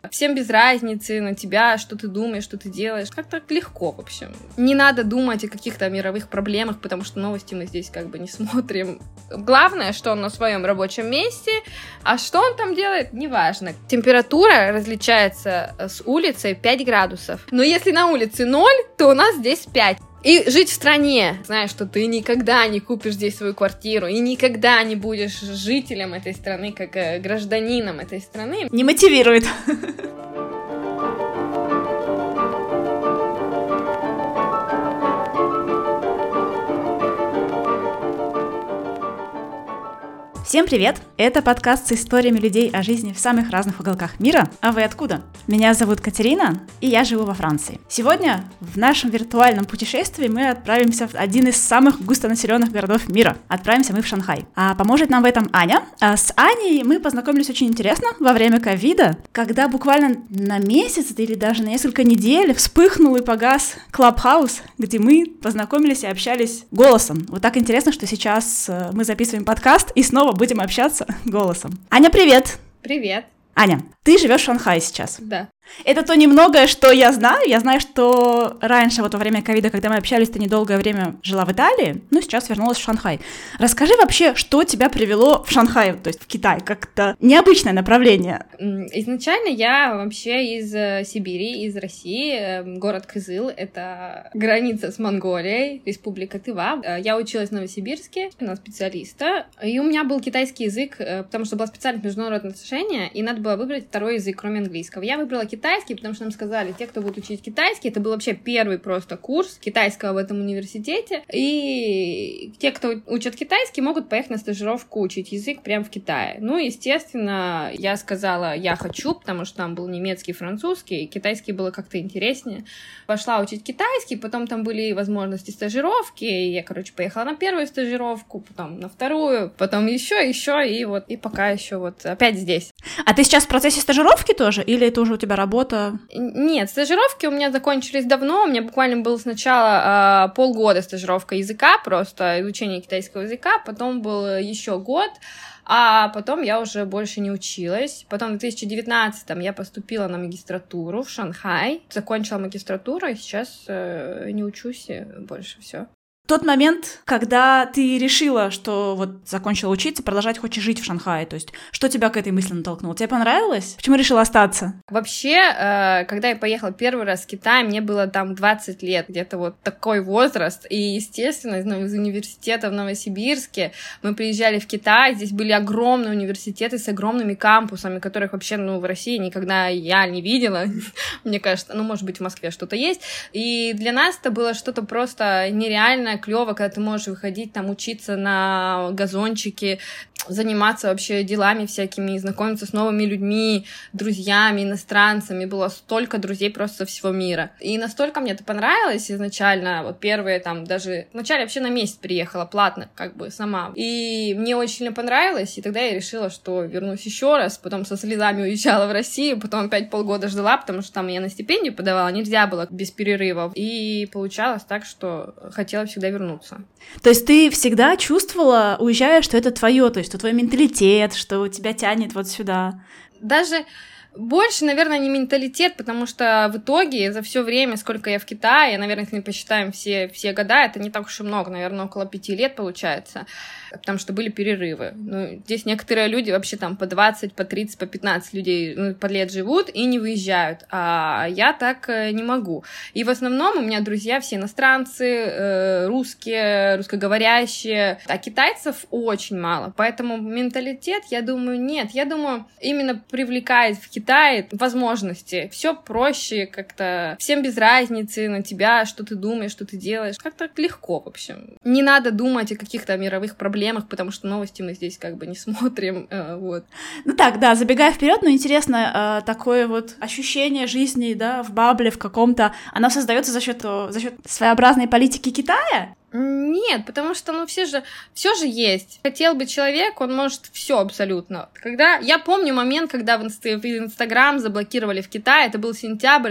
Всем без разницы на тебя, что ты думаешь, что ты делаешь. Как-то легко, в общем. Не надо думать о каких-то мировых проблемах, потому что новости мы здесь как бы не смотрим. Главное, что он на своем рабочем месте, а что он там делает, неважно. Температура различается с улицей 5 градусов. Но если на улице 0, то у нас здесь 5. И жить в стране, зная, что ты никогда не купишь здесь свою квартиру и никогда не будешь жителем этой страны, как гражданином этой страны, не мотивирует. Всем привет! Это подкаст с историями людей о жизни в самых разных уголках мира. А вы откуда? Меня зовут Катерина, и я живу во Франции. Сегодня в нашем виртуальном путешествии мы отправимся в один из самых густонаселенных городов мира. Отправимся мы в Шанхай. А поможет нам в этом Аня. А с Аней мы познакомились очень интересно во время ковида, когда буквально на месяц или даже на несколько недель вспыхнул и погас Clubhouse, где мы познакомились и общались голосом. Вот так интересно, что сейчас мы записываем подкаст и снова будем общаться голосом. Аня, привет! Привет! Аня, ты живешь в Шанхае сейчас. Да. Это то немногое, что я знаю. Я знаю, что раньше, вот во время ковида, когда мы общались, ты недолгое время жила в Италии, но сейчас вернулась в Шанхай. Расскажи вообще, что тебя привело в Шанхай, то есть в Китай, как-то необычное направление. Изначально я вообще из Сибири, из России, город Кызыл, это граница с Монголией, республика Тыва. Я училась в Новосибирске на специалиста, и у меня был китайский язык, потому что была специальность международные отношения, и надо было выбрать второй язык, кроме английского. Я выбрала китайский, потому что нам сказали, те, кто будет учить китайский, это был вообще первый просто курс китайского в этом университете, и те, кто учат китайский, могут поехать на стажировку учить язык прямо в Китае. Ну, естественно, я сказала, я хочу, потому что там был немецкий, французский, и китайский было как-то интереснее. Пошла учить китайский, потом там были возможности стажировки, и я, поехала на первую стажировку, потом на вторую, потом еще, и вот, и пока еще вот опять здесь. А ты сейчас в процессе стажировки тоже, или это уже у тебя работа? Нет, стажировки у меня закончились давно, у меня буквально было сначала полгода стажировка языка, просто изучение китайского языка, потом был еще год, а потом я уже больше не училась. Потом в 2019-м я поступила на магистратуру в Шанхай, закончила магистратуру, и сейчас не учусь больше, все. Тот момент, когда ты решила, что вот закончила учиться, продолжать хочешь жить в Шанхае, то есть что тебя к этой мысли натолкнуло? Тебе понравилось? Почему решила остаться? Вообще, когда я поехала первый раз в Китай, мне было там 20 лет, где-то вот такой возраст, и, естественно, из университета в Новосибирске мы приезжали в Китай, здесь были огромные университеты с огромными кампусами, которых вообще, в России никогда я не видела, мне кажется, может быть, в Москве что-то есть, и для нас это было что-то просто нереальное, клево, когда ты можешь выходить, там, учиться на газончике, заниматься вообще делами всякими, знакомиться с новыми людьми, друзьями, иностранцами. Было столько друзей просто со всего мира. И настолько мне это понравилось изначально, вот первые там даже... Вначале вообще на месяц приехала, платно, сама. И мне очень сильно понравилось, и тогда я решила, что вернусь еще раз, потом со слезами уезжала в Россию, потом опять полгода ждала, потому что там я на стипендию подавала, нельзя было без перерывов. И получалось так, что хотела всегда вернуться. То есть ты всегда чувствовала, уезжая, что это твое, то есть что твой менталитет, что тебя тянет вот сюда? Даже больше, наверное, не менталитет, потому что в итоге за все время, сколько я в Китае, наверное, если мы посчитаем все года, это не так уж и много, наверное, около 5 лет получается, потому что были перерывы. Здесь некоторые люди вообще там по 20, по 30, по 15 людей по лет живут и не выезжают, а я так не могу. И в основном у меня друзья все иностранцы, русские, русскоговорящие, а китайцев очень мало, поэтому менталитет, я думаю, нет. Я думаю, именно привлекает в Китае возможности. Все проще как-то. Всем без разницы на тебя, что ты думаешь, что ты делаешь. Как-то легко, в общем. Не надо думать о каких-то мировых проблемах, потому что новости мы здесь не смотрим. Вот. Забегая вперед, интересно, такое вот ощущение жизни, в бабле в каком-то, оно создается за счет своеобразной политики Китая? Нет, потому что, все же есть. Хотел бы человек, он может все абсолютно. Я помню момент, когда Инстаграм заблокировали в Китае, это был сентябрь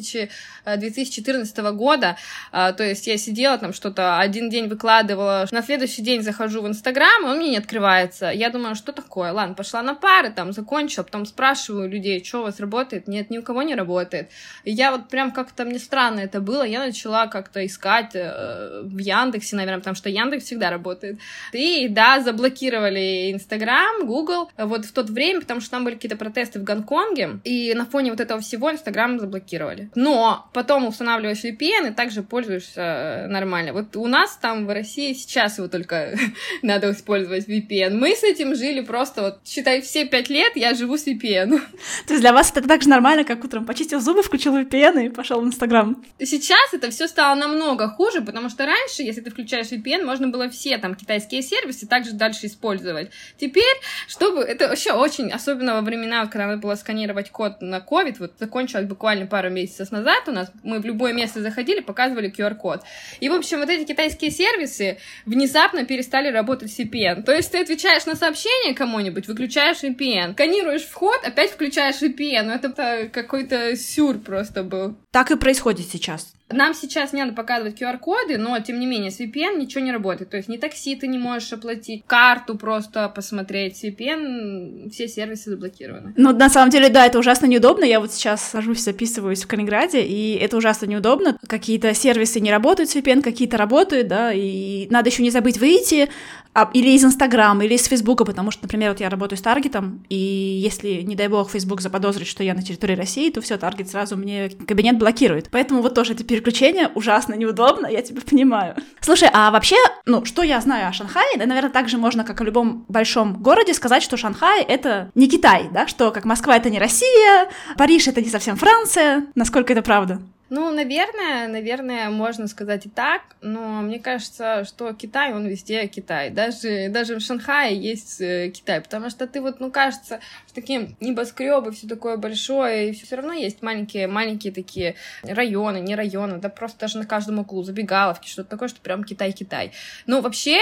2014 года, то есть я сидела там что-то, один день выкладывала, на следующий день захожу в Инстаграм, и он мне не открывается. Я думаю, что такое? Ладно, пошла на пары, там, закончила, потом спрашиваю людей, что у вас работает? Нет, ни у кого не работает. И я вот прям как-то, мне странно это было, я начала как-то искать в Яндексе, наверное, потому что Яндекс всегда работает. И, да, заблокировали Инстаграм, Google вот в то время, потому что там были какие-то протесты в Гонконге, и на фоне вот этого всего Инстаграм заблокировали. Но потом устанавливаешь VPN и также пользуешься нормально. Вот у нас там в России сейчас его только надо использовать VPN. Мы с этим жили просто, вот, считай, все 5 лет я живу с VPN. То есть для вас это так же нормально, как утром почистил зубы, включил VPN и пошел в Инстаграм? Сейчас это все стало намного хуже, потому что раньше, если ты включаешь VPN, можно было все там китайские сервисы также дальше использовать. Теперь, чтобы... Это вообще очень... Особенно во времена, когда надо было сканировать код на COVID, вот закончилось буквально пару месяцев назад у нас, мы в любое место заходили, показывали QR-код. И, в общем, вот эти китайские сервисы внезапно перестали работать с VPN. То есть ты отвечаешь на сообщение кому-нибудь, выключаешь VPN, сканируешь вход, опять включаешь VPN. Ну, это какой-то сюр просто был. Так и происходит сейчас. Нам сейчас не надо показывать QR-коды, но, тем не менее, с VPN ничего не работает. То есть ни такси ты не можешь оплатить, карту просто посмотреть. С VPN все сервисы заблокированы. Ну, на самом деле, да, это ужасно неудобно. Я вот сейчас сажусь, записываюсь в Калининграде, и это ужасно неудобно. Какие-то сервисы не работают с VPN, какие-то работают, да, и надо еще не забыть выйти или из Инстаграма, или из Фейсбука, потому что, например, вот я работаю с Таргетом, и если, не дай бог, Фейсбук заподозрит, что я на территории России, то все, Таргет сразу мне кабинет блокирует. Поэтому вот тоже это переключение ужасно неудобно, я тебя понимаю. Слушай, а вообще, что я знаю о Шанхае, да, наверное, так же можно, как о любом большом городе, сказать, что Шанхай — это не Китай, да, что как Москва — это не Россия, Париж — это не совсем Франция. Насколько это правда? Ну, наверное, можно сказать и так, но мне кажется, что Китай, он везде Китай. Даже в Шанхае есть Китай, потому что ты кажется, что такие небоскребы, все такое большое, и все равно есть маленькие такие районы, не районы, да просто даже на каждом углу забегаловки, что-то такое, что прям Китай-Китай. Ну, вообще,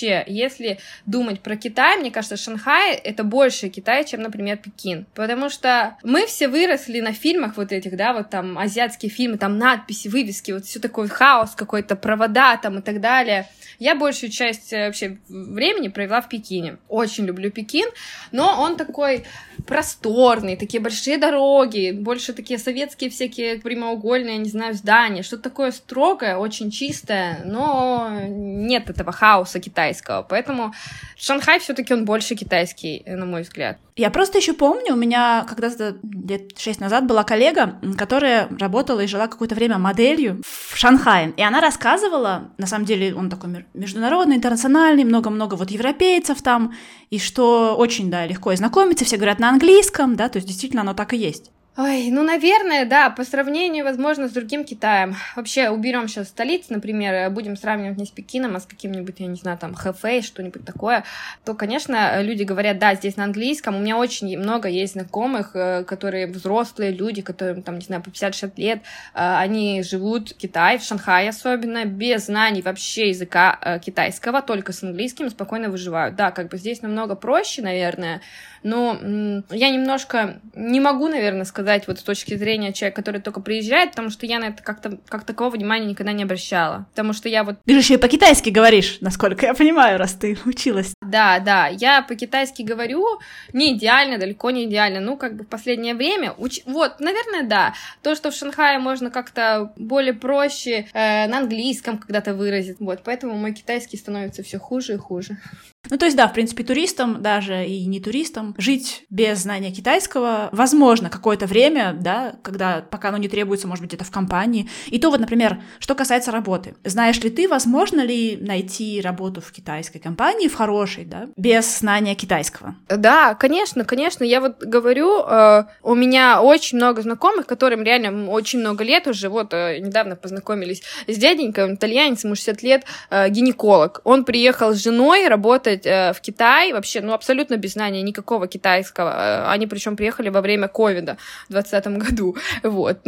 если думать про Китай, мне кажется, Шанхай — это больше Китай, чем, например, Пекин, потому что мы все выросли на фильмах вот этих, да, вот там азиатские фильмы, там надписи, вывески, вот все такой хаос какой-то, провода там и так далее. Я большую часть вообще времени провела в Пекине. Очень люблю Пекин, но он такой просторный, такие большие дороги, больше такие советские всякие прямоугольные, не знаю, здания, что-то такое строгое, очень чистое, но нет этого хаоса китайского, поэтому Шанхай все-таки он больше китайский, на мой взгляд. Я просто еще помню, у меня когда-то лет 6 назад была коллега, которая работала и жила какое-то время моделью в Шанхае, и она рассказывала, на самом деле он такой международный, интернациональный, много-много вот европейцев там, и что очень, да, легко и знакомиться, все говорят на английском, да, то есть действительно оно так и есть. Ой, наверное, да, по сравнению, возможно, с другим Китаем. Вообще, уберем сейчас столицу, например, будем сравнивать не с Пекином, а с каким-нибудь, я не знаю, там, Хэфэй, что-нибудь такое, то, конечно, люди говорят, да, здесь на английском. У меня очень много есть знакомых, которые взрослые люди, которым, там, не знаю, по 50-60 лет, они живут в Китае, в Шанхае особенно, без знаний вообще языка китайского, только с английским, спокойно выживают. Да, как бы здесь намного проще, наверное, но я немножко не могу, наверное, сказать вот с точки зрения человека, который только приезжает, потому что я на это как такового внимания никогда не обращала. Потому что я вот... Ты же еще и по-китайски говоришь, насколько я понимаю, раз ты училась. Да, я по-китайски говорю, не идеально, далеко не идеально, ну, как бы в последнее время, вот, наверное, да, то, что в Шанхае можно как-то более проще на английском когда-то выразить, вот, поэтому мой китайский становится все хуже и хуже. Ну, то есть, да, в принципе, туристам, даже и не туристам, жить без знания китайского возможно какое-то время, да, пока оно не требуется, может быть, где-то в компании. И то вот, например, что касается работы. Знаешь ли ты, возможно ли найти работу в китайской компании, в хорошей, да, без знания китайского? Да, конечно, я вот говорю, у меня очень много знакомых, которым реально очень много лет уже, вот, недавно познакомились с дяденькой, он итальянец, ему 60 лет, гинеколог. Он приехал с женой работать поехать в Китай, вообще, абсолютно без знания никакого китайского. Они причем приехали во время ковида в 2020 году. Вот.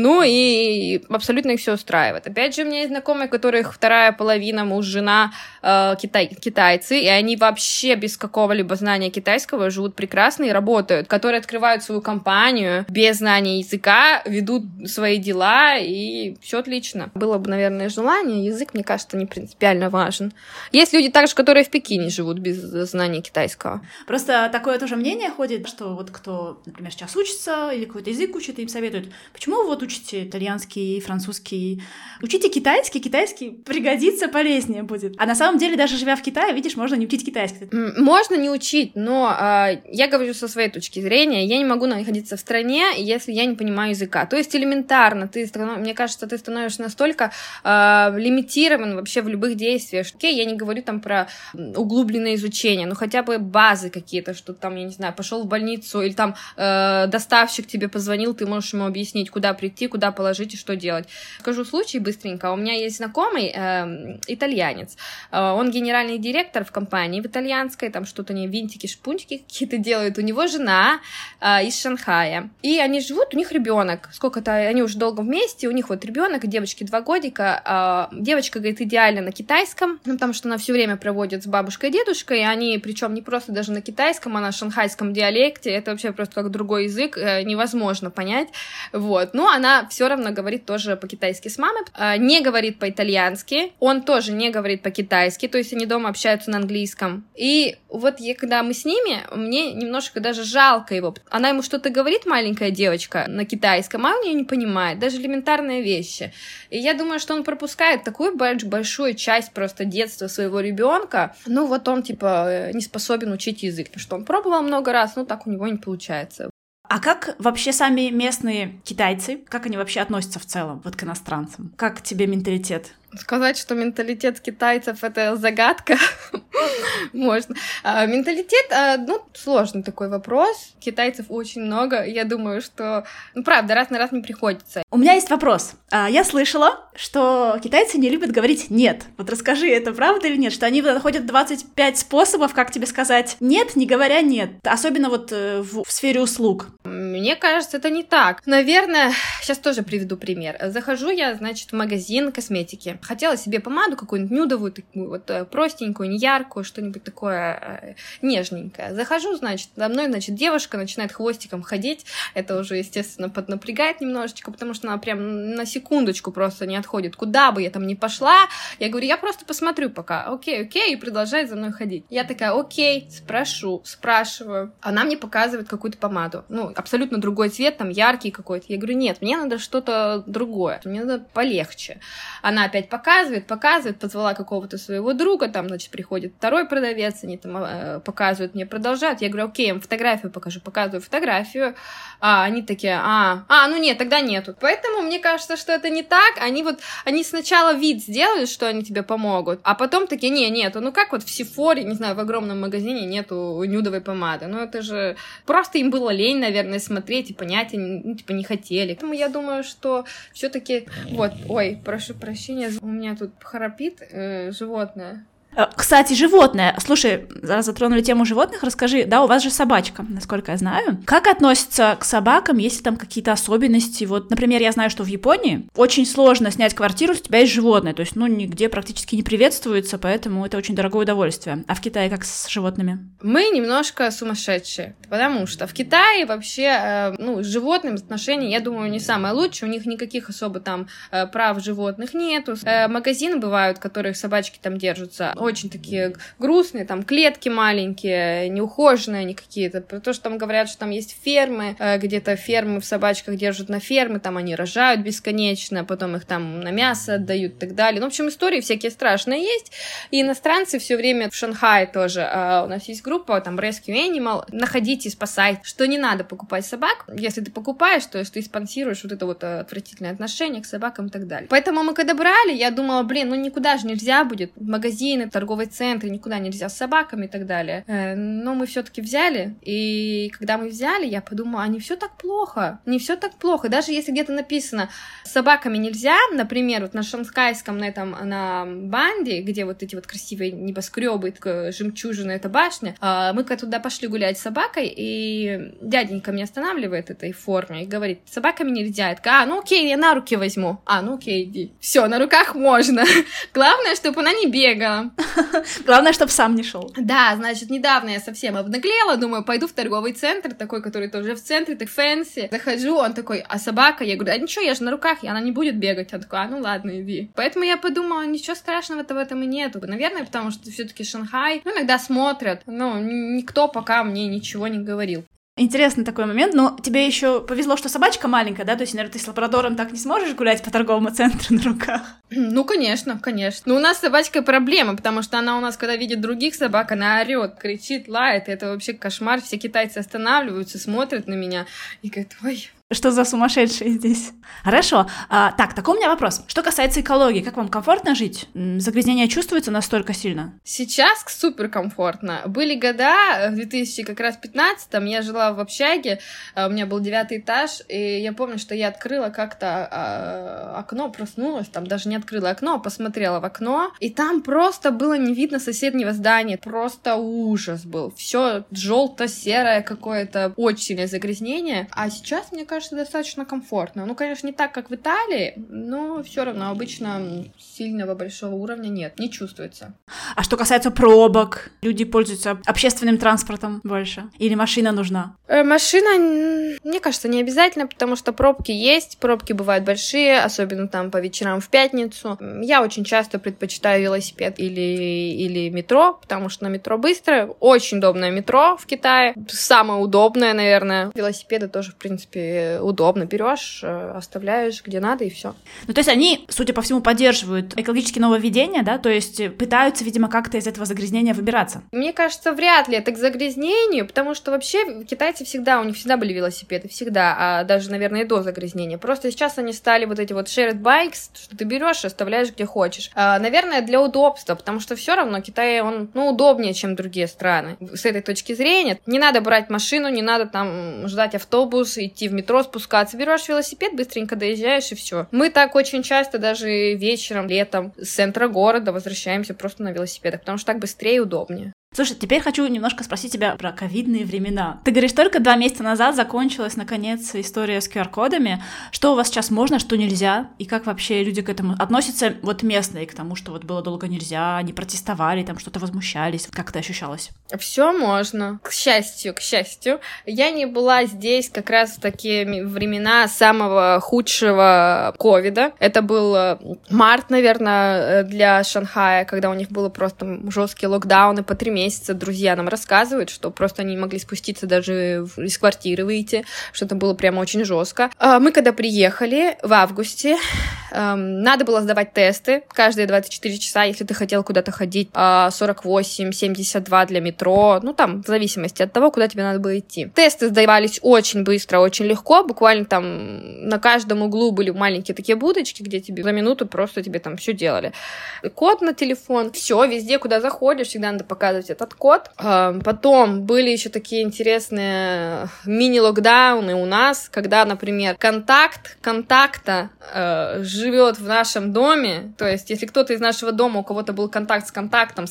И абсолютно их все устраивает. Опять же, у меня есть знакомые, у которых вторая половина, муж, жена китайцы, и они вообще без какого-либо знания китайского живут прекрасно и работают, которые открывают свою компанию без знания языка, ведут свои дела, и все отлично. Было бы, наверное, желание. Язык, мне кажется, не принципиально важен. Есть люди также, которые в Пекине живут без знания китайского. Просто такое тоже мнение ходит, что вот кто, например, сейчас учится или какой-то язык учит, им советуют, почему вы вот учите итальянский, французский, учите китайский пригодится, полезнее будет. А на самом деле, даже живя в Китае, видишь, можно не учить китайский. Можно не учить, но я говорю со своей точки зрения, я не могу находиться в стране, если я не понимаю языка. То есть элементарно, мне кажется, ты становишься настолько лимитирован вообще в любых действиях. Окей, я не говорю там про углубленное изучение, но хотя бы базы какие-то, что там, я не знаю, пошел в больницу, или там доставщик тебе позвонил, ты можешь ему объяснить, куда прийти, куда положить и что делать. Скажу случай быстренько. У меня есть знакомый итальянец. Он генеральный директор в компании в итальянской, там что-то они винтики, шпунтики какие-то делают. У него жена из Шанхая. И они живут, у них ребенок. Сколько-то, они уже долго вместе, у них вот ребенок, девочке 2 годика. Девочка говорит идеально на китайском, потому что она все время проводит с бабушкой и дедушкой, и они, причем не просто даже на китайском, а на шанхайском диалекте. Это вообще просто как другой язык, невозможно понять. Вот. Но она все равно говорит тоже по-китайски с мамой, не говорит по-итальянски, он тоже не говорит по-китайски, то есть они дома общаются на английском. И вот когда мы с ними, мне немножко даже жалко его. Она ему что-то говорит, маленькая девочка, на китайском, а он ее не понимает, даже элементарные вещи. И я думаю, что он пропускает такую большую часть просто детства своего ребенка. Вот он не способен учить язык, потому что он пробовал много раз, но так у него не получается. А как вообще сами местные китайцы, как они вообще относятся в целом вот к иностранцам? Как тебе менталитет? Сказать, что менталитет китайцев — это загадка, можно. Менталитет, сложный такой вопрос. Китайцев очень много. Я думаю, что, правда, раз на раз не приходится. У меня есть вопрос. Я слышала, что китайцы не любят говорить «нет». Вот расскажи, это правда или нет? Что они находят 25 способов, как тебе сказать «нет», не говоря «нет». Особенно вот в сфере услуг. Мне кажется, это не так. Наверное, сейчас тоже приведу пример. Захожу я, в магазин косметики. Хотела себе помаду какую-нибудь нюдовую, такую вот простенькую, не яркую, что-нибудь такое нежненькое. Захожу, за мной, девушка начинает хвостиком ходить. Это уже, естественно, поднапрягает немножечко, потому что она прям на секундочку просто не отходит. Куда бы я там ни пошла, я говорю, я просто посмотрю пока. Окей, и продолжает за мной ходить. Я такая, окей, спрашиваю. Она мне показывает какую-то помаду. Абсолютно другой цвет, там яркий какой-то. Я говорю, нет, мне надо что-то другое, мне надо полегче. Она опять показывает, позвала какого-то своего друга, там, приходит второй продавец, они там показывают мне, продолжают. Я говорю, окей, я вам фотографию покажу, показываю фотографию. Они такие, нет, тогда нету. Поэтому мне кажется, что это не так. Они сначала вид сделают, что они тебе помогут, а потом такие, нету. Как вот в Сефоре, не знаю, в огромном магазине нету нюдовой помады. Это же просто им было лень, наверное, смотреть и понять, не хотели. Поэтому я думаю, что все-таки прошу прощения, у меня тут храпит животное. Кстати, животное. Слушай, раз затронули тему животных, расскажи, у вас же собачка, насколько я знаю. Как относятся к собакам, если там какие-то особенности? Вот, например, я знаю, что в Японии очень сложно снять квартиру, если у тебя есть животное. То есть, нигде практически не приветствуется, поэтому это очень дорогое удовольствие. А в Китае как с животными? Мы немножко сумасшедшие, потому что в Китае вообще, с животными отношения, я думаю, не самое лучшее. У них никаких особо там прав животных нету. Магазины бывают, в которых собачки там держатся, очень такие грустные, там клетки маленькие, неухоженные они какие-то, потому что там говорят, что там есть фермы, где-то фермы в собачках держат на фермы, там они рожают бесконечно, потом их там на мясо отдают и так далее. В общем, истории всякие страшные есть, и иностранцы все время в Шанхае тоже, у нас есть группа, там Rescue Animal, находите, спасайте, что не надо покупать собак, если ты покупаешь, то есть ты спонсируешь вот это вот отвратительное отношение к собакам и так далее. Поэтому мы когда брали, я думала, никуда же нельзя будет, магазины в торговый центр, никуда нельзя с собаками и так далее. Но мы все-таки взяли, и когда мы взяли, я подумала, не все так плохо, не все так плохо. Даже если где-то написано, с собаками нельзя, например, вот на шанхайском, на банде, где вот эти вот красивые небоскребы, жемчужина, эта башня, мы когда туда пошли гулять с собакой, и дяденька меня останавливает этой форме и говорит, с собаками нельзя. Я такая, ну окей, я на руки возьму. Ну окей, иди. Все, на руках можно. Главное, чтобы она не бегала. Главное, чтобы сам не шел. Да, значит, недавно я совсем обнаглела, думаю, пойду в торговый центр, такой, который тоже в центре, так фэнси. Захожу, он такой, а собака? Я говорю, ничего, я же на руках, и она не будет бегать. Он такой, ну ладно, иди. Поэтому я подумала, ничего страшного-то в этом и нету. Наверное, потому что все-таки Шанхай, иногда смотрят, никто пока мне ничего не говорил. Интересный такой момент, но тебе еще повезло, что собачка маленькая, да? То есть, наверное, ты с лабрадором так не сможешь гулять по торговому центру на руках? Ну, конечно. Но у нас с собачкой проблема, потому что она у нас, когда видит других собак, она орет, кричит, лает, и это вообще кошмар. Все китайцы останавливаются, смотрят на меня и говорят, ой... Что за сумасшедшие здесь? Хорошо. Так, такой у меня вопрос. Что касается экологии, как вам комфортно жить? Загрязнение чувствуется настолько сильно? Сейчас супер комфортно. Были года, в 2015-м я жила в общаге, у меня был 9-й этаж, и я помню, что я открыла как-то окно, проснулась, там даже не открыла окно, посмотрела в окно, и там просто было не видно соседнего здания, просто ужас был. Все желто-серое какое-то, очень сильное загрязнение. А сейчас, мне кажется, достаточно комфортно. Ну, конечно, не так, как в Италии, но все равно обычно сильного большого уровня нет, не чувствуется. А что касается пробок, люди пользуются общественным транспортом больше? Или машина нужна? Машина, мне кажется, не обязательно, потому что пробки есть, пробки бывают большие, особенно там по вечерам в пятницу. Я очень часто предпочитаю велосипед или метро, потому что на метро быстро, очень удобное метро в Китае, самое удобное, наверное. Велосипеды тоже, в принципе, удобно. Берешь, оставляешь где надо, и все. Ну, то есть они, судя по всему, поддерживают экологические нововведения, да, то есть пытаются, видимо, как-то из этого загрязнения выбираться. Мне кажется, вряд ли это к загрязнению, потому что вообще китайцы у них всегда были велосипеды, всегда, а даже, наверное, и до загрязнения. Просто сейчас они стали вот эти вот shared bikes, что ты берешь и оставляешь где хочешь. Наверное, для удобства, потому что все равно Китай, он, удобнее, чем другие страны. С этой точки зрения не надо брать машину, не надо там ждать автобус, идти в метро, спускаться. Берешь велосипед, быстренько доезжаешь, и все. Мы так очень часто даже вечером, летом с центра города возвращаемся просто на велосипедах, потому что так быстрее и удобнее. Слушай, теперь хочу немножко спросить тебя про ковидные времена. Ты говоришь, только 2 месяца назад закончилась, наконец, история с QR-кодами. Что у вас сейчас можно, что нельзя? И как вообще люди к этому относятся, вот местные, к тому, что вот было долго нельзя, они протестовали, там что-то возмущались? Как это ощущалось? Все можно. К счастью. Я не была здесь как раз в такие времена самого худшего ковида. Это был март, наверное, для Шанхая, когда у них было просто жесткие локдауны по 3 месяца. Друзья нам рассказывают, что просто они не могли спуститься даже из квартиры выйти, что это было прямо очень жестко. Мы когда приехали в августе, надо было сдавать тесты каждые 24 часа, если ты хотел куда-то ходить, 48, 72 для метро, там в зависимости от того, куда тебе надо было идти. Тесты сдавались очень быстро, очень легко, буквально там на каждом углу были маленькие такие будочки, где тебе за минуту просто тебе там все делали. Код на телефон, все, везде, куда заходишь, всегда надо показывать этот код. Потом были еще такие интересные мини-локдауны у нас, когда, например, контакта живет в нашем доме, то есть если кто-то из нашего дома, у кого-то был контакт с контактом,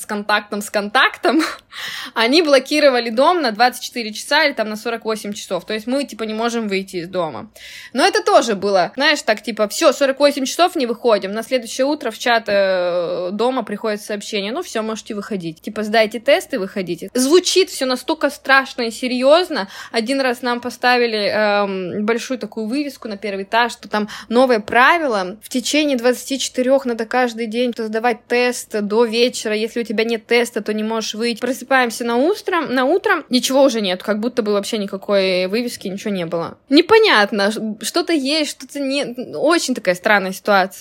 они блокировали дом на 24 часа или там на 48 часов, то есть мы не можем выйти из дома. Но это тоже было, знаешь, так все, 48 часов не выходим, на следующее утро в чат дома приходит сообщение, все, можете выходить, сдайте тесты, выходите. Звучит все настолько страшно и серьезно. Один раз нам поставили большую такую вывеску на первый этаж, что там новое правило. В течение 24 надо каждый день сдавать тест до вечера. Если у тебя нет теста, то не можешь выйти. Просыпаемся на утро, ничего уже нет. Как будто бы вообще никакой вывески, ничего не было. Непонятно. Что-то есть, что-то нет. Очень такая странная ситуация.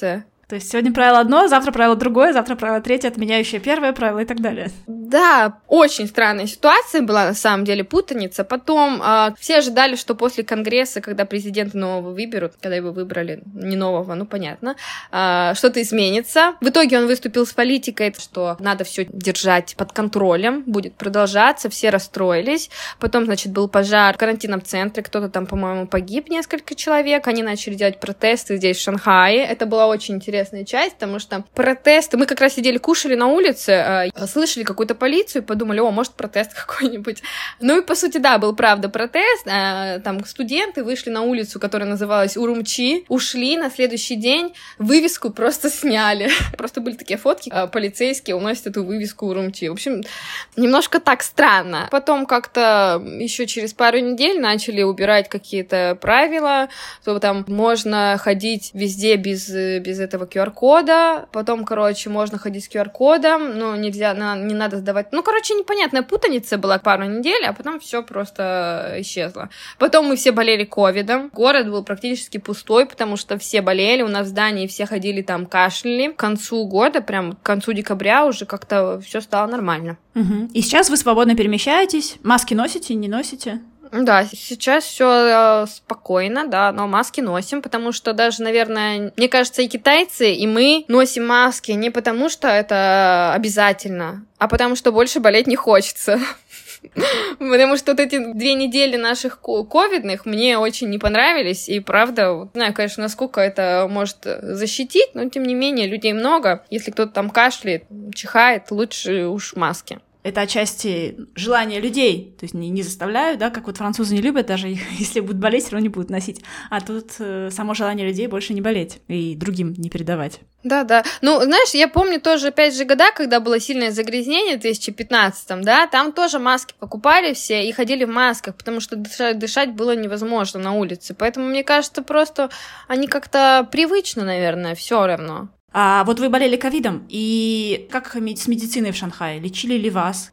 То есть сегодня правило одно, завтра правило другое, завтра правило третье, отменяющее первое правило и так далее. Да, очень странная ситуация была, на самом деле, путаница. Потом все ожидали, что после Конгресса, когда президента нового выберут, когда его выбрали, не нового, ну понятно, что-то изменится. В итоге он выступил с политикой, что надо все держать под контролем, будет продолжаться, все расстроились. Потом, значит, был пожар в карантинном центре, кто-то там, по-моему, погиб, несколько человек. Они начали делать протесты здесь, в Шанхае. Это была очень интересная часть, потому что протесты... Мы как раз сидели, кушали на улице, слышали какую-то полицию и подумали, может, протест какой-нибудь. Ну и, по сути, да, был, правда, протест. Там студенты вышли на улицу, которая называлась Урумчи, ушли, на следующий день вывеску просто сняли. Просто были такие фотки, полицейские уносят эту вывеску Урумчи. В общем, немножко так странно. Потом как-то еще через пару недель начали убирать какие-то правила, что там можно ходить везде без этого QR-кода, потом, можно ходить с QR-кодом, но нельзя, не надо сдавать. Непонятная путаница была пару недель, а потом все просто исчезло. Потом мы все болели ковидом, город был практически пустой, потому что все болели, у нас в здании все ходили там, кашляли. К концу года, прям к концу декабря уже как-то все стало нормально. Угу. И сейчас вы свободно перемещаетесь, маски носите, не носите? Да, сейчас все спокойно, да, но маски носим, потому что даже, наверное, мне кажется, и китайцы, и мы носим маски не потому, что это обязательно, а потому что больше болеть не хочется. Потому что вот эти 2 недели наших ковидных мне очень не понравились, и правда, знаю, конечно, насколько это может защитить, но тем не менее людей много, если кто-то там кашляет, чихает, лучше уж маски. Это отчасти желание людей, то есть не заставляют, да, как вот французы не любят, даже если будут болеть, все равно не будут носить, а тут само желание людей больше не болеть и другим не передавать. Да. Ну, знаешь, я помню тоже, опять же, года, когда было сильное загрязнение в 2015-м, да, там тоже маски покупали все и ходили в масках, потому что дышать было невозможно на улице, поэтому, мне кажется, просто они как-то привычно, наверное, все равно. А вот вы болели ковидом, и как с медициной в Шанхае? Лечили ли вас?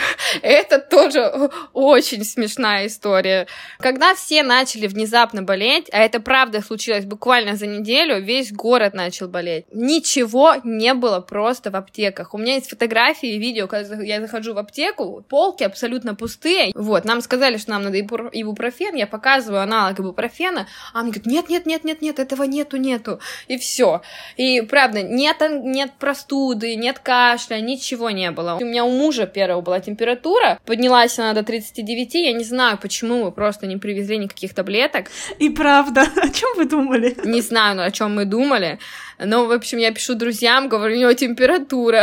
Это тоже очень смешная история. Когда все начали внезапно болеть, а это правда случилось буквально за неделю, весь город начал болеть. Ничего не было просто в аптеках. У меня есть фотографии и видео, когда я захожу в аптеку, полки абсолютно пустые. Вот, нам сказали, что нам надо ибупрофен, я показываю аналог ибупрофена, а мне говорят, нет, этого нету. И все. И правда, нет простуды, нет кашля, ничего не было. У меня у мужа первого была температура, поднялась она до 39, я не знаю, почему мы просто не привезли никаких таблеток. И правда, о чем вы думали? Не знаю, о чем мы думали, но, в общем, я пишу друзьям, говорю, у него температура.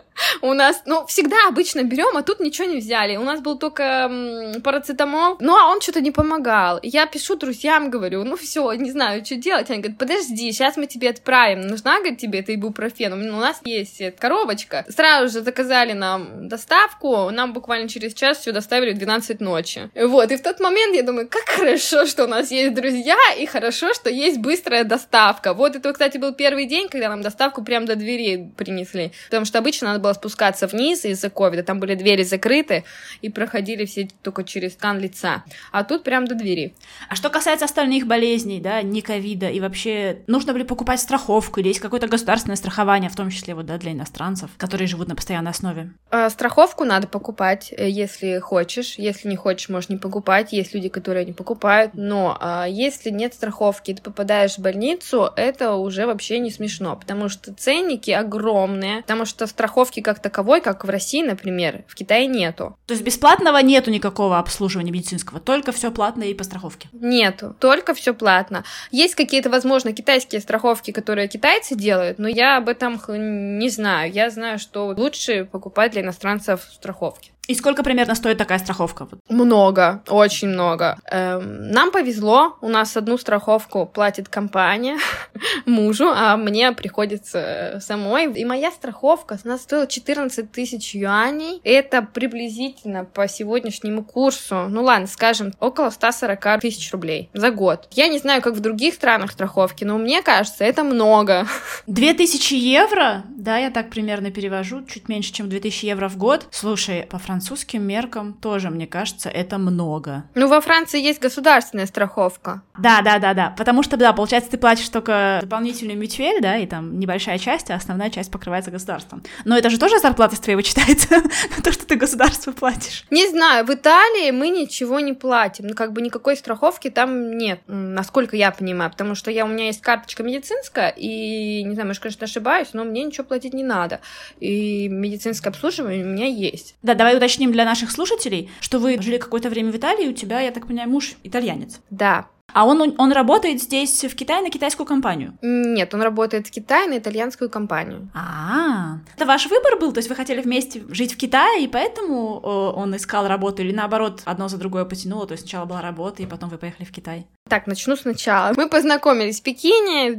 У нас, всегда обычно берем, а тут ничего не взяли. У нас был только парацетамол, а он что-то не помогал. Я пишу друзьям, говорю, все, не знаю, что делать. Они говорят, подожди, сейчас мы тебе отправим. Нужна, говорит, тебе это ибупрофен? У нас есть коробочка. Сразу же заказали нам доставку, нам буквально через час все доставили в 12 ночи. Вот, и в тот момент я думаю, как хорошо, что у нас есть друзья, и хорошо, что есть быстрая доставка. Вот это, кстати, был первый день, когда нам доставку прямо до двери принесли. Потому что обычно надо было спускаться вниз из-за ковида, там были двери закрыты, и проходили все только через скан лица. А тут прям до двери. А что касается остальных болезней, да, не ковида, и вообще, нужно ли покупать страховку, или есть какое-то государственное страхование, в том числе вот, да, для иностранцев, которые живут на постоянной основе? Страховку надо покупать, если хочешь. Если не хочешь, можешь не покупать. Есть люди, которые не покупают. Но если нет страховки, ты попадаешь в больницу, это уже вообще не смешно, потому что ценники огромные, потому что страховки как таковой, как в России, например, в Китае нету. То есть бесплатного нету никакого обслуживания медицинского, только все платно и по страховке? Нету, только все платно. Есть какие-то, возможно, китайские страховки, которые китайцы делают, но я об этом не знаю. Я знаю, что лучше покупать для иностранцев страховки. И сколько примерно стоит такая страховка? Много, очень много. Нам повезло, у нас одну страховку платит компания мужу, а мне приходится самой. И моя страховка у нас стоила 14 тысяч юаней. Это приблизительно по сегодняшнему курсу, скажем, около 140 тысяч рублей за год. Я не знаю, как в других странах страховки, но мне кажется, это много. 2000 евро? Да, я так примерно перевожу, чуть меньше, чем 2000 евро в год. Слушай, по-французски французским меркам тоже, мне кажется, это много. Ну, во Франции есть государственная страховка. Да, потому что, да, получается, ты платишь только дополнительную мютюэль, да, и там небольшая часть, а основная часть покрывается государством. Но это же тоже зарплата с твоей вычитается, то, что ты государству платишь. Не знаю, в Италии мы ничего не платим, ну, как бы никакой страховки там нет, насколько я понимаю, потому что у меня есть карточка медицинская, и, не знаю, может, конечно, ошибаюсь, но мне ничего платить не надо, и медицинское обслуживание у меня есть. Да, давай уточним для наших слушателей, что вы жили какое-то время в Италии, у тебя, я так понимаю, муж итальянец. Да. А он работает здесь, в Китае, на китайскую компанию? Нет, он работает в Китае на итальянскую компанию. Это ваш выбор был? То есть вы хотели вместе жить в Китае, и поэтому он искал работу? Или наоборот, одно за другое потянуло? То есть сначала была работа, и потом вы поехали в Китай? Так, начну сначала. Мы познакомились в Пекине в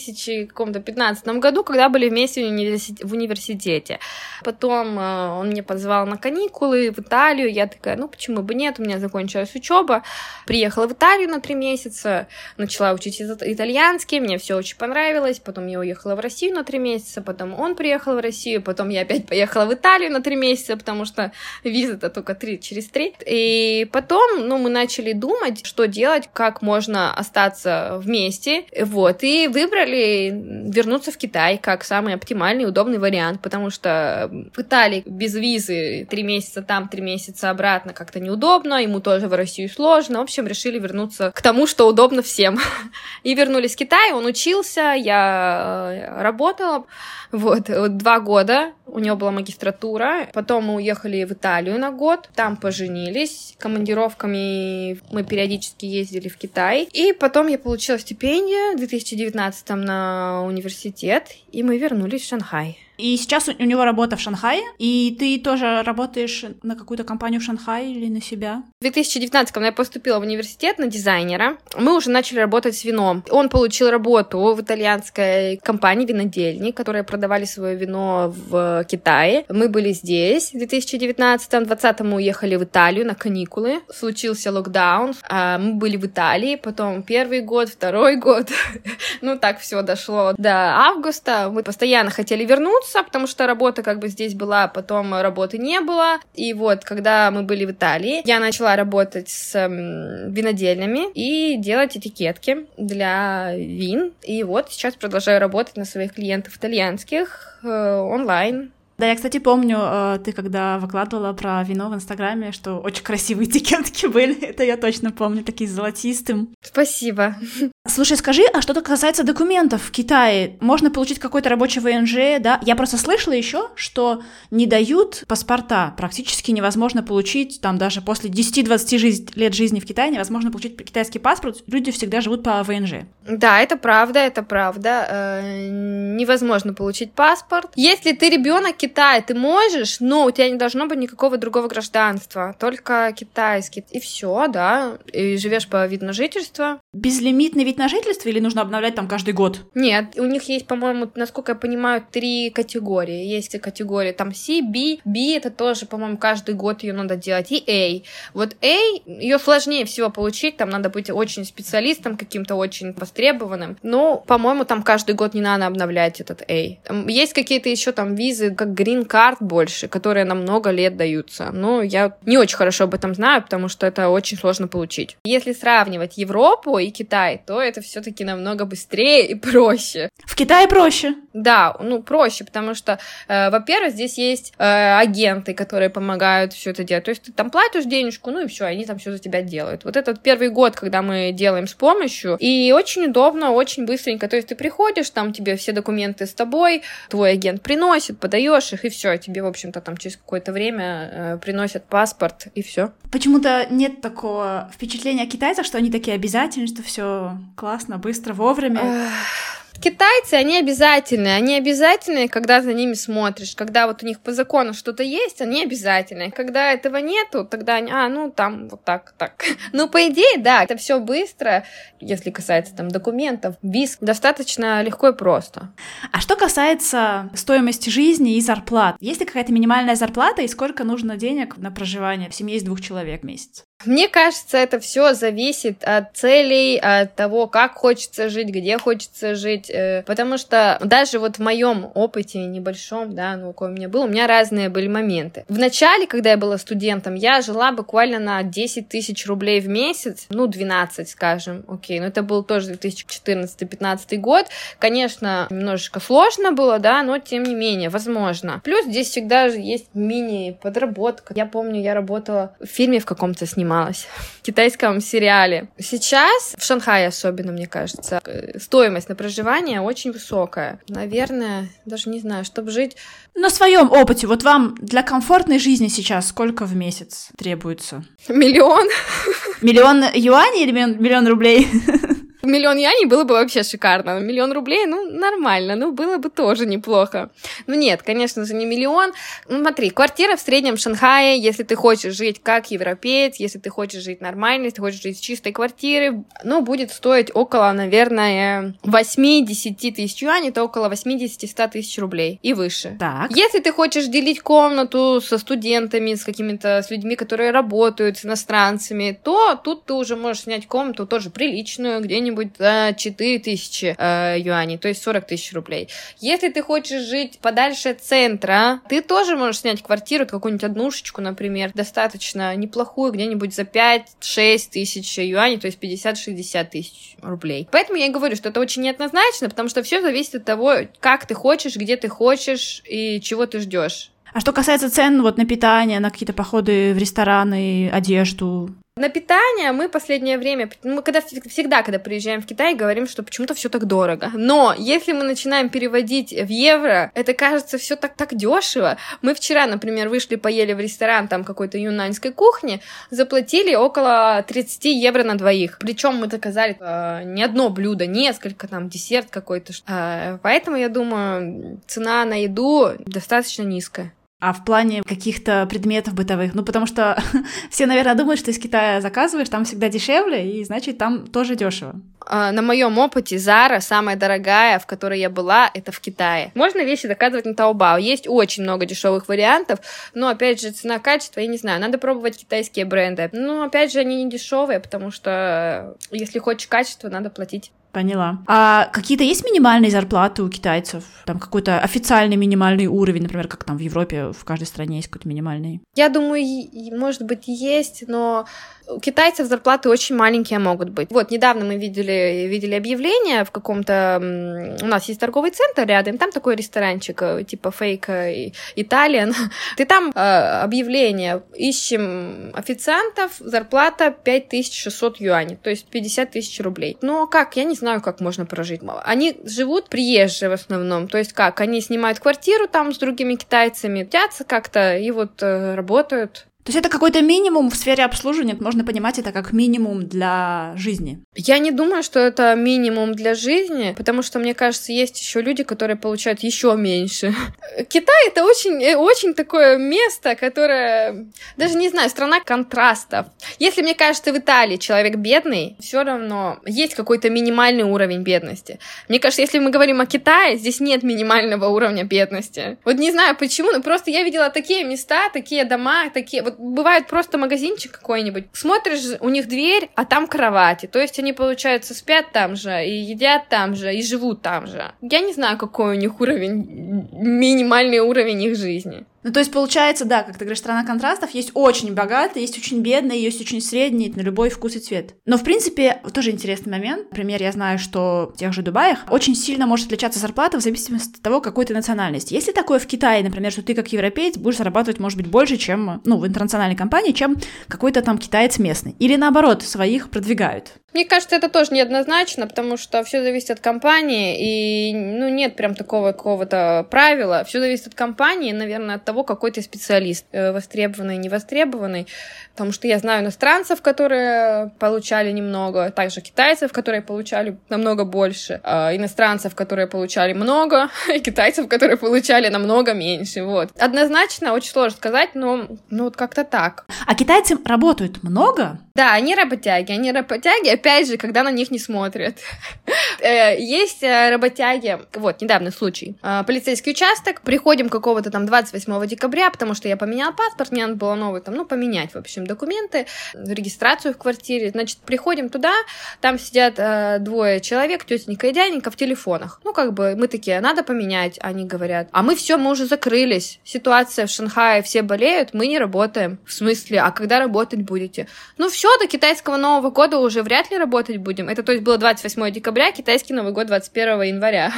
2015 году, когда были вместе в университете. Потом он меня позвал на каникулы в Италию. Я такая, ну почему бы нет, у меня закончилась учеба. Приехала в Италию на 3 месяца, начала учить итальянский, мне все очень понравилось. Потом я уехала в Россию на 3 месяца, потом он приехал в Россию, потом я опять поехала в Италию на 3 месяца, потому что виза-то только через 3. И потом, мы начали думать, что делать, как можно остаться вместе, и выбрали вернуться в Китай как самый оптимальный и удобный вариант, потому что в Италии без визы 3 месяца там, 3 месяца обратно как-то неудобно, ему тоже в Россию сложно, в общем, решили вернуться к тому, что удобно всем. И вернулись в Китай, он учился, я работала, 2 года, у него была магистратура, потом мы уехали в Италию на год, там поженились, командировками мы периодически ездили в Китай, и потом я получила стипендию в 2019 на университет, и мы вернулись в Шанхай. И сейчас у него работа в Шанхае, и ты тоже работаешь на какую-то компанию в Шанхае или на себя? В 2019, когда я поступила в университет на дизайнера, мы уже начали работать с вином. Он получил работу в итальянской компании винодельни, которые продавали свое вино в Китае. Мы были здесь в 2019-м, в 2020-м мы уехали в Италию на каникулы. Случился локдаун, мы были в Италии, потом 1-й год, 2-й год. Так все дошло до августа. Мы постоянно хотели вернуться, потому что работа здесь была, потом работы не было. И когда мы были в Италии, я начала работать с винодельнями и делать этикетки для вин. И сейчас продолжаю работать на своих клиентов итальянских онлайн. Да, я, кстати, помню, ты когда выкладывала про вино в Инстаграме, что очень красивые этикетки были. Это я точно помню, такие золотистым. Спасибо. Слушай, скажи, а что касается документов в Китае? Можно получить какой-то рабочий ВНЖ, да? Я просто слышала еще, что не дают паспорта. Практически невозможно получить, даже после 10-20 лет жизни в Китае невозможно получить китайский паспорт. Люди всегда живут по ВНЖ. Да, это правда. Невозможно получить паспорт. Если ты ребенок Китая, ты можешь, но у тебя не должно быть никакого другого гражданства, только китайский. И все, да. И живешь по виду на жительство. Безлимитный вид на жительство или нужно обновлять каждый год? Нет, у них есть, по-моему, насколько я понимаю, 3 категории. Есть категория C, B. B это тоже, по-моему, каждый год ее надо делать. И A. A, ее сложнее всего получить, там надо быть очень специалистом, каким-то очень востребованным. Но, по-моему, там каждый год не надо обновлять этот A. Есть какие-то еще визы, как Green Card больше, которые на много лет даются. Но я не очень хорошо об этом знаю, потому что это очень сложно получить. Если сравнивать Европу и Китай, то это все-таки намного быстрее и проще. В Китае проще? Да, проще, потому что, во-первых, здесь есть агенты, которые помогают все это делать. То есть ты там платишь денежку, и все, они там все за тебя делают. Этот 1-й год, когда мы делаем с помощью, и очень удобно, очень быстренько. То есть ты приходишь, там тебе все документы с тобой, твой агент приносит, подаешь их, и все, тебе, в общем-то, через какое-то время приносят паспорт, и все. Почему-то нет такого впечатления о китайцах, что они такие обязательны, что все классно, быстро, вовремя. Китайцы, они обязательные, когда за ними смотришь, когда у них по закону что-то есть, они обязательные, когда этого нету, тогда они, там так. По идее, да, это все быстро, если касается документов, виз, достаточно легко и просто. А что касается стоимости жизни и зарплат, есть ли какая-то минимальная зарплата и сколько нужно денег на проживание в семье из 2 человек в месяц? Мне кажется, это все зависит от целей, от того, как хочется жить, где хочется жить, потому что даже вот в моем опыте небольшом, да, ну, какой у меня был, у меня разные были моменты. В начале, когда я была студентом, я жила буквально на 10 тысяч рублей в месяц, ну, 12, скажем, окей, но это был тоже 2014-2015 год, конечно, немножечко сложно было, да, но тем не менее, возможно. Плюс здесь всегда есть мини-подработка. Я помню, я работала в фильме в каком-то снималась, в китайском сериале. Сейчас, в Шанхае особенно, мне кажется, стоимость на проживание очень высокая. Наверное, даже не знаю, чтобы жить... На своем опыте, вот вам для комфортной жизни сейчас сколько в месяц требуется? Миллион. Миллион юаней или миллион рублей? Миллион юаней было бы вообще шикарно. Миллион рублей, ну, нормально, ну, было бы тоже неплохо. Ну, нет, конечно же, не миллион. Ну, смотри, квартира в среднем в Шанхае, если ты хочешь жить как европеец, если ты хочешь жить нормально, если ты хочешь жить в чистой квартире, ну, будет стоить около, наверное, 8-10 тысяч юаней, это около 80-100 тысяч рублей и выше. Так. Если ты хочешь делить комнату со студентами, с какими-то, с людьми, которые работают, с иностранцами, то тут ты уже можешь снять комнату тоже приличную, где-нибудь за 4000 юаней, то есть 40 тысяч рублей. Если ты хочешь жить подальше от центра, ты тоже можешь снять квартиру, какую-нибудь однушечку, например, достаточно неплохую, где-нибудь за 5-6 тысяч юаней, то есть 50-60 тысяч рублей. Поэтому я и говорю, что это очень неоднозначно, потому что все зависит от того, как ты хочешь, где ты хочешь и чего ты ждешь. А что касается цен вот на питание, на какие-то походы в рестораны, одежду? На питание мы последнее время, мы всегда, когда приезжаем в Китай, говорим, что почему-то все так дорого. Но если мы начинаем переводить в евро, это кажется все так дешево. Мы вчера, например, вышли, поели в ресторан там какой-то юнаньской кухни, заплатили около 30 евро на двоих. Причем мы заказали не одно блюдо, несколько, там, десерт какой-то. Поэтому, я думаю, цена на еду достаточно низкая. А в плане каких-то предметов бытовых? Ну, потому что все, наверное, думают, что из Китая заказываешь, там всегда дешевле, и значит, там тоже дешево. На моем опыте Zara самая дорогая, в которой я была, это в Китае. Можно вещи заказывать на Taobao. Есть очень много дешевых вариантов, но, опять же, цена-качество, я не знаю, надо пробовать китайские бренды. Но, опять же, они не дешевые, потому что если хочешь качество, надо платить. Поняла. А какие-то есть минимальные зарплаты у китайцев? Там какой-то официальный минимальный уровень, например, как там в Европе, в каждой стране есть какой-то минимальный? Я думаю, может быть, есть, но у китайцев зарплаты очень маленькие могут быть. Вот, недавно мы видели объявление в каком-то... У нас есть торговый центр рядом, там такой ресторанчик, типа фейк Италиан. Ты там объявление, ищем официантов, зарплата 5600 юаней, то есть 50 тысяч рублей. Но как? Я не знаю, как можно прожить. Они живут приезжие в основном, то есть как? Они снимают квартиру там с другими китайцами, тятся как-то и вот работают. То есть это какой-то минимум в сфере обслуживания, можно понимать это как минимум для жизни? Я не думаю, что это минимум для жизни, потому что, мне кажется, есть еще люди, которые получают еще меньше. Китай — это очень такое место, которое, даже не знаю, страна контрастов. Если, мне кажется, в Италии человек бедный, все равно есть какой-то минимальный уровень бедности. Мне кажется, если мы говорим о Китае, здесь нет минимального уровня бедности. Вот не знаю почему, но просто я видела такие места, такие дома, такие... Вот бывает просто магазинчик какой-нибудь, смотришь, у них дверь, а там кровати, то есть они, получается, спят там же, и едят там же, и живут там же. Я не знаю, какой у них уровень, минимальный уровень их жизни. Ну, то есть, получается, да, как ты говоришь, страна контрастов, есть очень богатые, есть очень бедные, есть очень средние, на любой вкус и цвет. Но, в принципе, тоже интересный момент. Например, я знаю, что в тех же Дубаях очень сильно может отличаться зарплата в зависимости от того, какой ты национальности. Если такое в Китае, например, что ты как европеец будешь зарабатывать, может быть, больше, чем, в интернациональной компании, чем какой-то там китаец местный. Или наоборот, своих продвигают. Мне кажется, это тоже неоднозначно, потому что все зависит от компании, и, нет прям такого какого-то правила. Все зависит от компании, наверное, от того, какой ты специалист, востребованный, невостребованный. Потому что я знаю иностранцев, которые получали немного, также китайцев, которые получали намного больше, иностранцев, которые получали много, и китайцев, которые получали намного меньше. Вот. Однозначно очень сложно сказать, но вот как-то так. А китайцы работают много? Да, они работяги, опять же, когда на них не смотрят. Есть работяги, вот, недавний случай. Полицейский участок, приходим какого-то там 28 28 декабря, потому что я поменяла паспорт, мне надо было новый поменять, в общем, документы, регистрацию в квартире. Значит, приходим туда, там сидят 2 человек, тетенька и дяденька в телефонах. Мы такие, надо поменять. Они говорят, а мы уже закрылись. Ситуация в Шанхае, все болеют, мы не работаем. В смысле, а когда работать будете? Все, до китайского Нового года уже вряд ли работать будем. Это, то есть, было 28 декабря, китайский Новый год 21 января.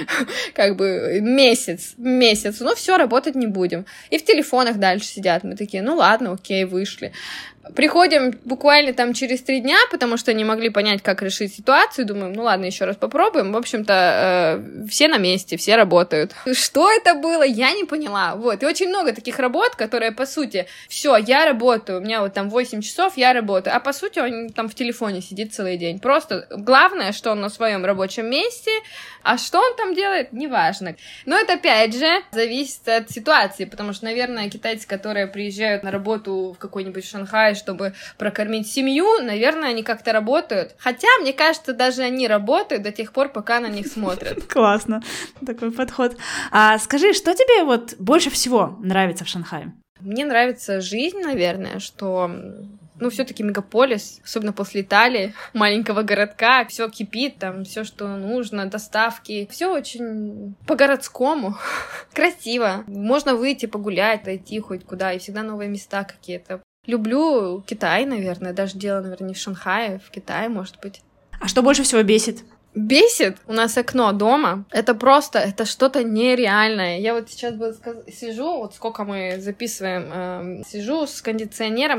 Месяц. Все, работать не будем. И в телефонах дальше сидят. Мы такие, ладно, окей, вышли. Приходим буквально через 3 дня, потому что не могли понять, как решить ситуацию. Думаем, ладно, еще раз попробуем. В общем-то, все на месте, все работают. Что это было, я не поняла. И очень много таких работ, которые, по сути, все, я работаю, у меня 8 часов, я работаю. А по сути, он там в телефоне сидит целый день. Просто главное, что он на своем рабочем месте, а что он там делает, неважно. Но это, опять же, зависит от ситуации, потому что, наверное, китайцы, которые приезжают на работу в какой-нибудь Шанхай, чтобы прокормить семью, наверное, они как-то работают. Хотя, мне кажется, даже они работают до тех пор, пока на них смотрят. Классно, такой подход. А скажи, что тебе больше всего нравится в Шанхае? Мне нравится жизнь, наверное, что... все-таки мегаполис, особенно после Италии, маленького городка, все кипит, там все, что нужно, доставки, все очень по-городскому, красиво. Можно выйти погулять, дойти хоть куда, и всегда новые места какие-то. Люблю Китай, наверное, даже дело, наверное, не в Шанхае, в Китае, может быть. А что больше всего бесит? Бесит? У нас окно дома. Это что-то нереальное. Я сейчас сижу, сколько мы записываем, сижу с кондиционером,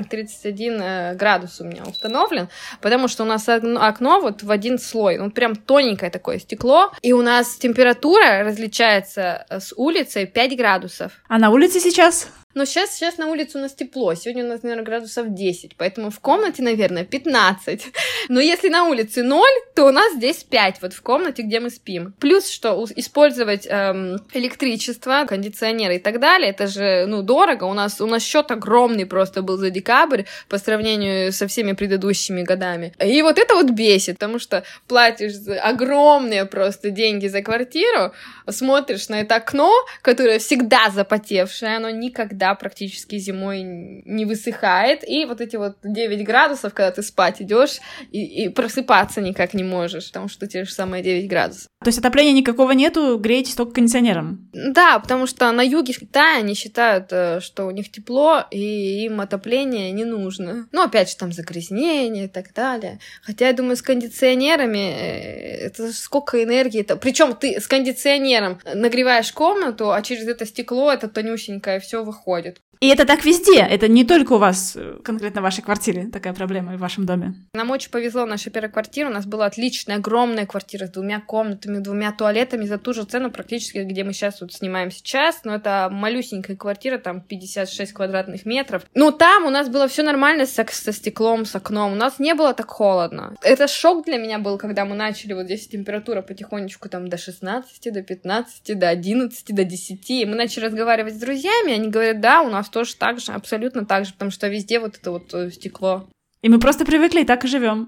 31 градус у меня установлен, потому что у нас окно в один слой, прям тоненькое такое стекло, и у нас температура различается с улицей 5 градусов. А на улице сейчас? Сейчас на улице у нас тепло. Сегодня у нас, наверное, градусов 10, поэтому в комнате, наверное, 15. Но если на улице 0, то у нас здесь 5, в комнате, где мы спим. Плюс, что использовать электричество, кондиционеры и так далее, это же, дорого. У нас счет огромный просто был за декабрь по сравнению со всеми предыдущими годами. И это бесит, потому что платишь огромные просто деньги за квартиру, смотришь на это окно, которое всегда запотевшее, оно никогда практически зимой не высыхает, и эти 9 градусов, когда ты спать идешь и просыпаться никак не можешь, потому что те же самые 9 градусов. То есть отопления никакого нету, греетесь только кондиционером? Да, потому что на юге Китая они считают, что у них тепло, и им отопление не нужно. Опять же, там загрязнение и так далее. Хотя, я думаю, с кондиционерами это сколько энергии. Причем ты с кондиционером нагреваешь комнату, а через это стекло, это тонюсенькое, все выходит. И это так везде, это не только у вас, конкретно в вашей квартире, такая проблема в вашем доме. Нам очень повезло, наша первая квартира, у нас была отличная, огромная квартира с 2 комнатами, 2 туалетами за ту же цену практически, где мы сейчас снимаем сейчас, но это малюсенькая квартира, там 56 квадратных метров. Там у нас было все нормально со стеклом, с окном, у нас не было так холодно. Это шок для меня был, когда мы начали, здесь температура потихонечку до 16, до 15, до 11, до 10, и мы начали разговаривать с друзьями, они говорят, да, у нас тоже так же, абсолютно так же, потому что везде это стекло. И мы просто привыкли и так и живем.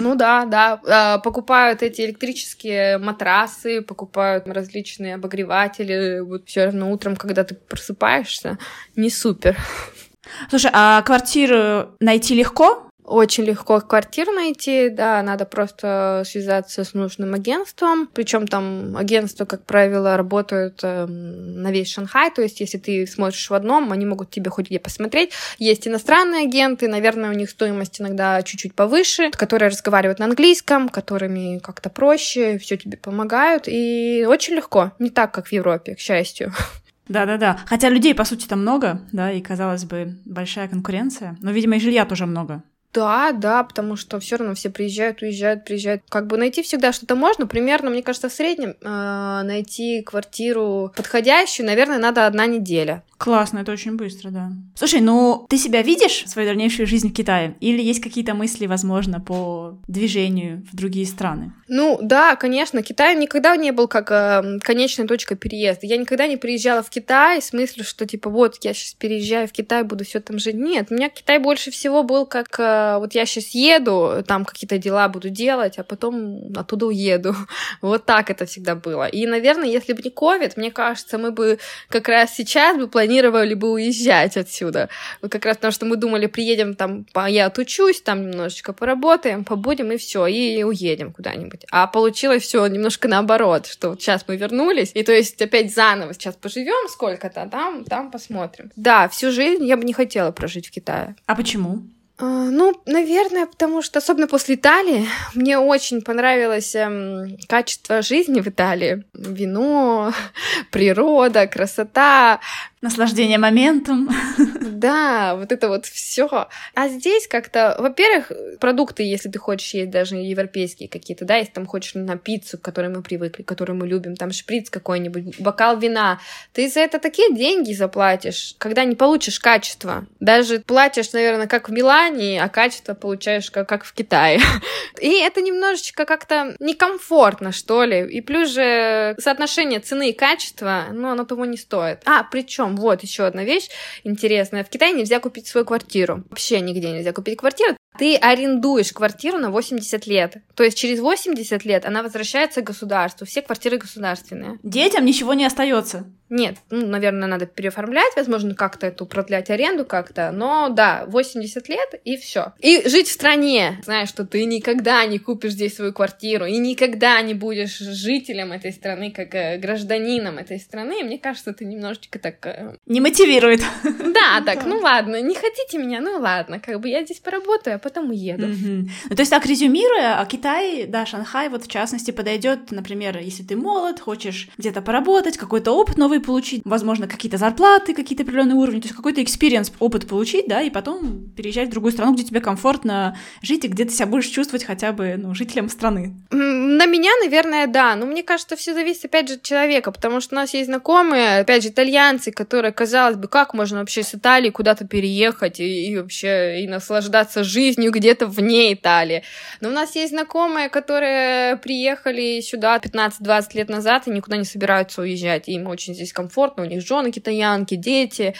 Да. Покупают эти электрические матрасы, покупают различные обогреватели. Все равно утром, когда ты просыпаешься, не супер. Слушай, а квартиру найти легко? Очень легко квартиру найти, да, надо просто связаться с нужным агентством, причем там агентства, как правило, работают на весь Шанхай, то есть если ты смотришь в одном, они могут тебе хоть где посмотреть. Есть иностранные агенты, наверное, у них стоимость иногда чуть-чуть повыше, которые разговаривают на английском, которыми как-то проще, все тебе помогают, и очень легко, не так, как в Европе, к счастью. Да. Хотя людей, по сути, там много, да, и, казалось бы, большая конкуренция, но, видимо, и жилья тоже много. Да, потому что все равно все приезжают, уезжают, приезжают. Найти всегда что-то можно. Примерно, мне кажется, в среднем найти квартиру подходящую, наверное, надо 1 неделя. Классно, это очень быстро, да. Слушай, ты себя видишь, свою дальнейшую жизнь в Китае? Или есть какие-то мысли, возможно, по движению в другие страны? Да, конечно. Китай никогда не был как конечная точка переезда. Я никогда не приезжала в Китай с мыслью, что я сейчас переезжаю в Китай, буду все там жить. Нет, у меня Китай больше всего был как я сейчас еду, там какие-то дела буду делать, а потом оттуда уеду. Так это всегда было. И, наверное, если бы не ковид, мне кажется, мы бы как раз сейчас бы планировали планировали бы уезжать отсюда. Как раз потому, что мы думали, приедем там, я отучусь, там немножечко поработаем, побудем и все, и уедем куда-нибудь. А получилось все немножко наоборот, что вот сейчас мы вернулись, и то есть опять заново сейчас поживем сколько-то, там посмотрим. Да, всю жизнь я бы не хотела прожить в Китае. А почему? Ну, наверное, потому что, особенно после Италии, мне очень понравилось качество жизни в Италии. Вино, природа, красота. Наслаждение моментом. Да, вот это вот все. А здесь как-то, во-первых, продукты, если ты хочешь есть даже европейские какие-то, да, если там хочешь на пиццу, к которой мы привыкли, которую мы любим, там шприц какой-нибудь, бокал вина, ты за это такие деньги заплатишь, когда не получишь качество. Даже платишь, наверное, как в Милане, а качество получаешь как в Китае. И это немножечко как-то некомфортно, что ли. И плюс же соотношение цены и качества, ну, оно того не стоит. Причем вот еще одна вещь интересная. В Китае нельзя купить свою квартиру. Вообще нигде нельзя купить квартиру. Ты арендуешь квартиру на 80 лет. То есть через 80 лет она возвращается к государству. Все квартиры государственные. Детям ничего не остается. Нет, наверное, надо переоформлять, возможно, как-то эту продлять аренду как-то, но да, 80 лет и все. И жить в стране, знаешь, что ты никогда не купишь здесь свою квартиру и никогда не будешь жителем этой страны, как гражданином этой страны, мне кажется, это немножечко так... Не мотивирует. Да, так, ну ладно, не хотите меня, ну ладно, как бы я здесь поработаю, а потом уеду. Ну, то есть так, резюмируя, Китай, да, Шанхай вот в частности подойдет, например, если ты молод, хочешь где-то поработать, какой-то опыт новый получить, возможно, какие-то зарплаты, какие-то определенные уровни, то есть какой-то экспириенс, опыт получить, да, и потом переезжать в другую страну, где тебе комфортно жить и где ты себя будешь чувствовать хотя бы, жителем страны. На меня, наверное, да, но мне кажется, все зависит, опять же, от человека, потому что у нас есть знакомые, опять же, итальянцы, которые, казалось бы, как можно вообще с Италии куда-то переехать и вообще и наслаждаться жизнью где-то вне Италии. Но у нас есть знакомые, которые приехали сюда 15-20 лет назад и никуда не собираются уезжать, им очень здесь комфортно, у них жены китаянки, дети,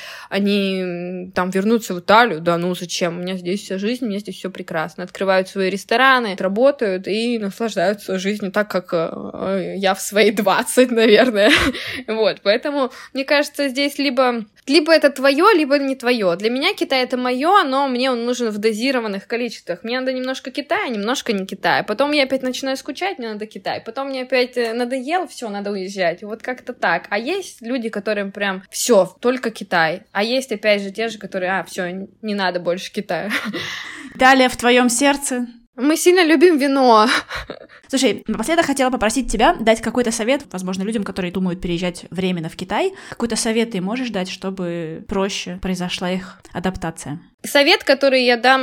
они там вернутся в Италию, да, ну зачем, у меня здесь вся жизнь, у меня здесь все прекрасно, открывают свои рестораны, работают и наслаждаются жизнью так, как я в свои 20, наверное, вот, поэтому, мне кажется, здесь либо это твое, либо не твое. Для меня Китай — это мое, но мне он нужен в дозированных количествах. Мне надо немножко Китая, немножко не Китая. Потом я опять начинаю скучать, мне надо Китай. Потом мне опять надоело, все, надо уезжать. Вот как-то так. А есть люди, которым прям все, только Китай. А есть опять же те же, которые, все, не надо больше Китая. Италия в твоем сердце. Мы сильно любим вино. Слушай, напоследок хотела попросить тебя дать какой-то совет, возможно, людям, которые думают переезжать временно в Китай. Какой-то совет ты можешь дать, чтобы проще произошла их адаптация? Совет, который я дам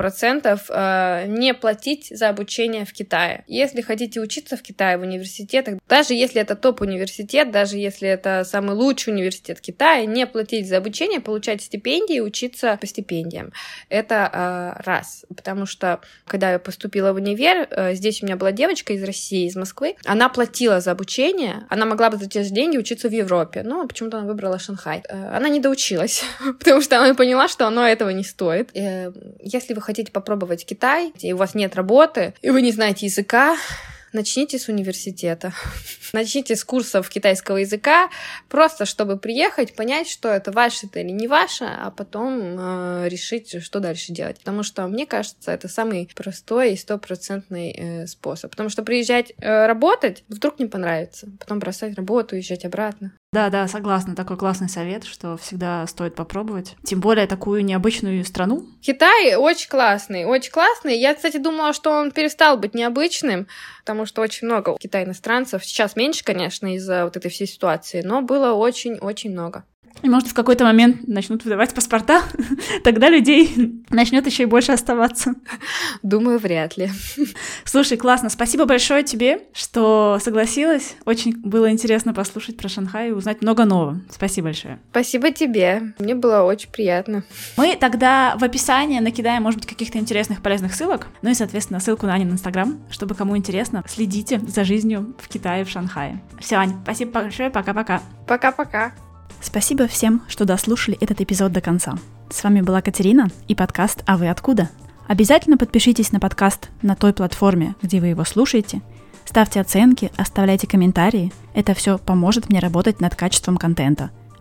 100%, не платить за обучение в Китае. Если хотите учиться в Китае в университетах, даже если это топ-университет, даже если это самый лучший университет Китая, не платить за обучение, получать стипендии и учиться по стипендиям. Это раз. Потому что, когда я поступила в универ, здесь у меня была девочка из России, из Москвы, она платила за обучение, она могла бы за те же деньги учиться в Европе, но почему-то она выбрала Шанхай. Она не доучилась, потому что она поняла, что оно этого не стоит. Если вы хотите попробовать Китай, и у вас нет работы, и вы не знаете языка, начните с университета. Начните с курсов китайского языка, просто чтобы приехать, понять, что это ваше или не ваше, а потом решить, что дальше делать. Потому что, мне кажется, это самый простой и 100% способ. Потому что приезжать работать вдруг не понравится. Потом бросать работу, уезжать обратно. Да, согласна. Такой классный совет, что всегда стоит попробовать. Тем более такую необычную страну. Китай очень классный, очень классный. Я, кстати, думала, что он перестал быть необычным, потому что очень много у Китая иностранцев. Сейчас меньше, конечно, из-за вот этой всей ситуации, но было очень-очень много. И, может, в какой-то момент начнут выдавать паспорта, тогда людей начнет еще и больше оставаться. Думаю, вряд ли. Слушай, классно. Спасибо большое тебе, что согласилась. Очень было интересно послушать про Шанхай и узнать много нового. Спасибо большое. Спасибо тебе. Мне было очень приятно. Мы тогда в описании накидаем, может быть, каких-то интересных, полезных ссылок. Ну и, соответственно, ссылку на Анин Инстаграм, чтобы кому интересно, следите за жизнью в Китае, в Шанхае. Все, Ань, спасибо большое. Пока-пока. Пока-пока. Спасибо всем, что дослушали этот эпизод до конца. С вами была Катерина и подкаст «А вы откуда?». Обязательно подпишитесь на подкаст на той платформе, где вы его слушаете. Ставьте оценки, оставляйте комментарии. Это все поможет мне работать над качеством контента.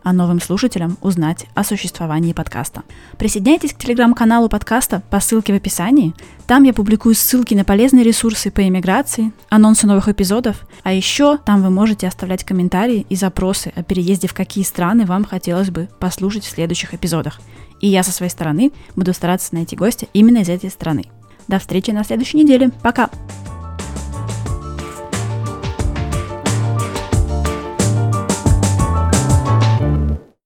а новым слушателям узнать о существовании подкаста. Присоединяйтесь к телеграм-каналу подкаста по ссылке в описании. Там я публикую ссылки на полезные ресурсы по иммиграции, анонсы новых эпизодов, а еще там вы можете оставлять комментарии и запросы о переезде в какие страны вам хотелось бы послушать в следующих эпизодах. И я со своей стороны буду стараться найти гостя именно из этой страны. До встречи на следующей неделе. Пока!